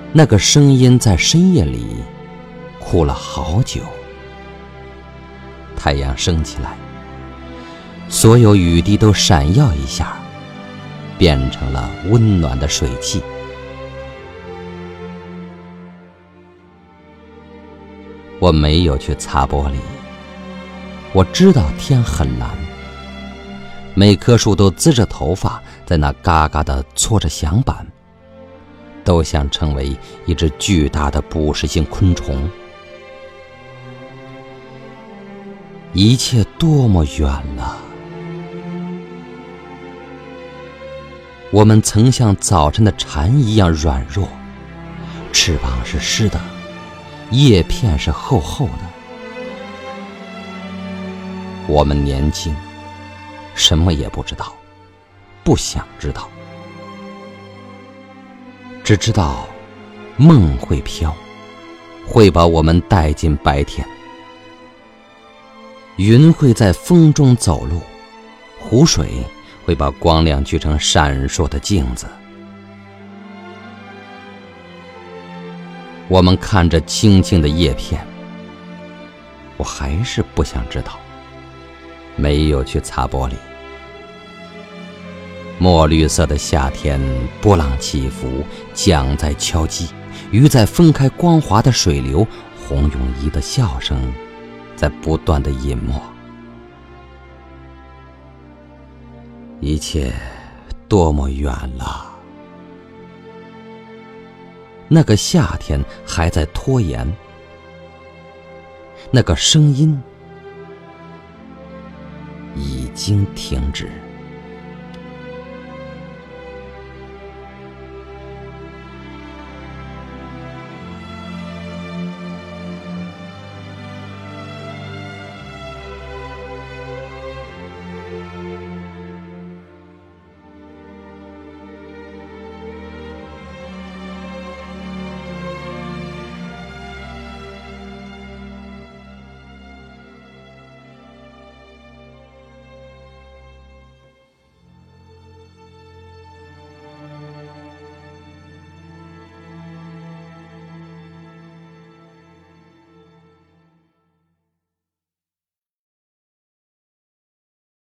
那个声音在深夜里哭了好久。太阳升起来，所有雨滴都闪耀一下，变成了温暖的水汽。我没有去擦玻璃，我知道天很蓝，每棵树都滋着头发，在那嘎嘎地搓着响板，都想成为一只巨大的捕食性昆虫。一切多么远了！我们曾像早晨的蝉一样软弱，翅膀是湿的，叶片是厚厚的。我们年轻，什么也不知道，不想知道，只知道梦会飘，会把我们带进白天。云会在风中走路，湖水会把光亮聚成闪烁的镜子。我们看着青青的叶片，我还是不想知道，没有去擦玻璃。墨绿色的夏天，波浪起伏，桨在敲击，鱼在分开光滑的水流，洪永仪的笑声在不断地隐没。一切多么远了！那个夏天还在拖延，那个声音已经停止。